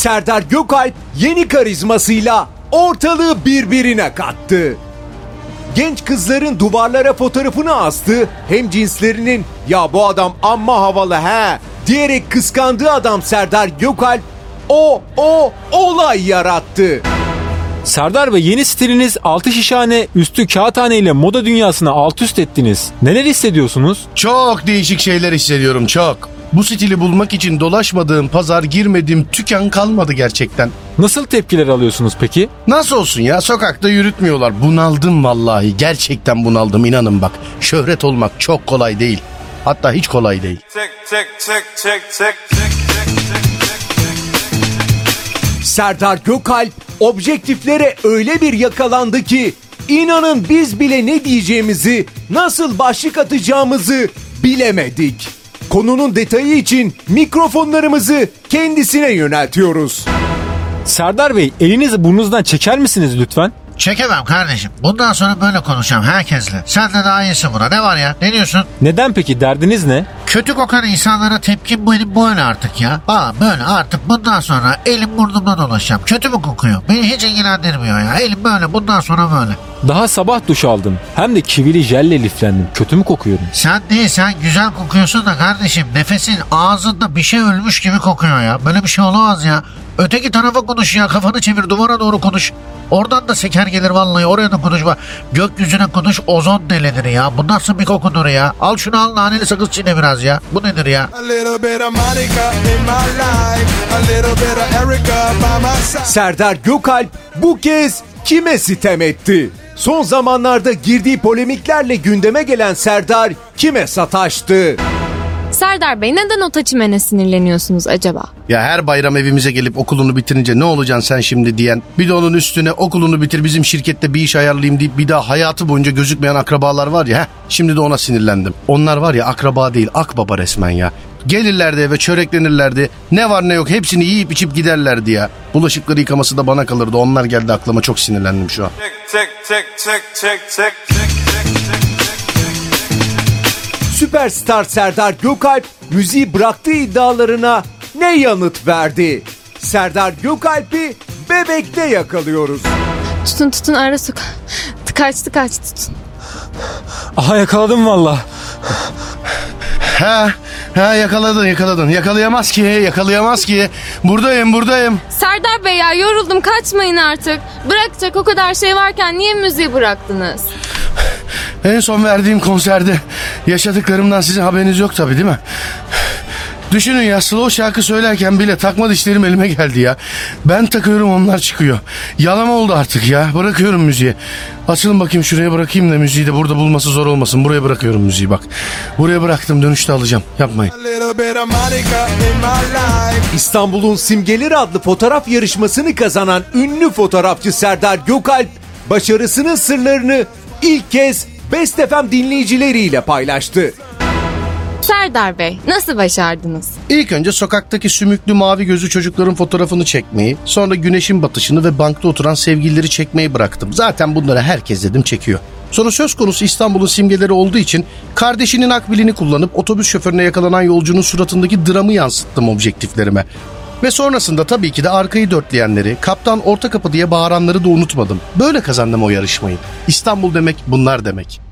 Serdar Gökalp yeni karizmasıyla ortalığı birbirine kattı. Genç kızların duvarlara fotoğrafını astı, hem cinslerinin "ya bu adam amma havalı he" diyerek kıskandığı adam Serdar Gökalp o olay yarattı. Serdar Bey, yeni stiliniz altı şişhane üstü kağıthane ile moda dünyasına alt üst ettiniz. Neler hissediyorsunuz? Çok değişik şeyler hissediyorum, çok. Bu stili bulmak için dolaşmadığım pazar, girmediğim dükkan kalmadı gerçekten. Nasıl tepkiler alıyorsunuz peki? Nasıl olsun ya, sokakta yürütmüyorlar. Bunaldım vallahi, gerçekten bunaldım, inanın bak. Şöhret olmak çok kolay değil. Hatta hiç kolay değil. Serdar Gökalp objektiflere öyle bir yakalandı ki inanın biz bile ne diyeceğimizi, nasıl başlık atacağımızı bilemedik. Konunun detayı için mikrofonlarımızı kendisine yöneltiyoruz. Serdar Bey, elinizi burnunuzdan çeker misiniz lütfen? Çekemem kardeşim. Bundan sonra böyle konuşacağım herkesle. Sen de daha iyisin buna. Ne var ya? Ne diyorsun? Neden peki, derdiniz ne? Kötü kokan insanlara tepkim benim böyle artık ya. Böyle artık bundan sonra elim burnumda dolaşacağım. Kötü mü kokuyor? Beni hiç ilgilendirmiyor ya. Elim böyle, bundan sonra böyle. Daha sabah duş aldım. Hem de kivili jelle liflendim. Kötü mü kokuyorum? Sen değil, sen güzel kokuyorsun da kardeşim. Nefesin ağzında bir şey ölmüş gibi kokuyor ya. Böyle bir şey olamaz ya. Öteki tarafa konuş ya. Kafanı çevir, duvara doğru konuş. Oradan da seker gelir vallahi. Oraya da konuşma. Gökyüzüne konuş, ozon delenir ya. Bu nasıl bir kokudur ya? Al şunu, al naneli sakız çiğne biraz ya. Bu nedir ya? Serdar Gökalp bu kez kime sitem etti? Son zamanlarda girdiği polemiklerle gündeme gelen Serdar kime sataştı? Serdar Bey, neden o taçimene sinirleniyorsunuz acaba? Ya her bayram evimize gelip okulunu bitirince "ne olacaksın sen şimdi" diyen, bir de onun üstüne "okulunu bitir, bizim şirkette bir iş ayarlayayım" deyip bir daha hayatı boyunca gözükmeyen akrabalar var ya, şimdi de ona sinirlendim. Onlar var ya, akraba değil, akbaba resmen ya. Gelirlerdi eve, çöreklenirlerdi, ne var ne yok hepsini yiyip içip giderlerdi ya. Bulaşıkları yıkaması da bana kalırdı, onlar geldi aklıma, çok sinirlendim şu an. Süperstar Serdar Gökalp müziği bıraktığı iddialarına ne yanıt verdi? Serdar Gökalp'i Bebek'te yakalıyoruz. Tutun ara sok. Kaç tutun. Aha, yakaladım valla. Yakaladın. Yakalayamaz ki. Buradayım. Serdar Bey ya, yoruldum, kaçmayın artık. Bırakacak o kadar şey varken niye müziği bıraktınız? En son verdiğim konserde yaşadıklarımdan sizin haberiniz yok tabii, değil mi? Düşünün ya, slow şarkı söylerken bile takma dişlerim elime geldi ya. Ben takıyorum, onlar çıkıyor. Yalan oldu artık ya. Bırakıyorum müziği. Açılın bakayım, şuraya bırakayım da müziği de burada bulması zor olmasın. Buraya bırakıyorum müziği, bak. Buraya bıraktım, dönüşte alacağım. Yapmayın. İstanbul'un Simgeleri adlı fotoğraf yarışmasını kazanan ünlü fotoğrafçı Serdar Gökalp başarısının sırlarını ilk kez Best FM dinleyicileriyle paylaştı. Serdar Bey, nasıl başardınız? İlk önce sokaktaki sümüklü mavi gözlü çocukların fotoğrafını çekmeyi, sonra güneşin batışını ve bankta oturan sevgilileri çekmeyi bıraktım. Zaten bunları herkes dedim çekiyor. Sonra söz konusu İstanbul'un simgeleri olduğu için kardeşinin akbilini kullanıp otobüs şoförüne yakalanan yolcunun suratındaki dramı yansıttım objektiflerime. Ve sonrasında tabii ki de arkayı dörtleyenleri, "kaptan orta kapı" diye bağıranları da unutmadım. Böyle kazandım o yarışmayı. İstanbul demek bunlar demek.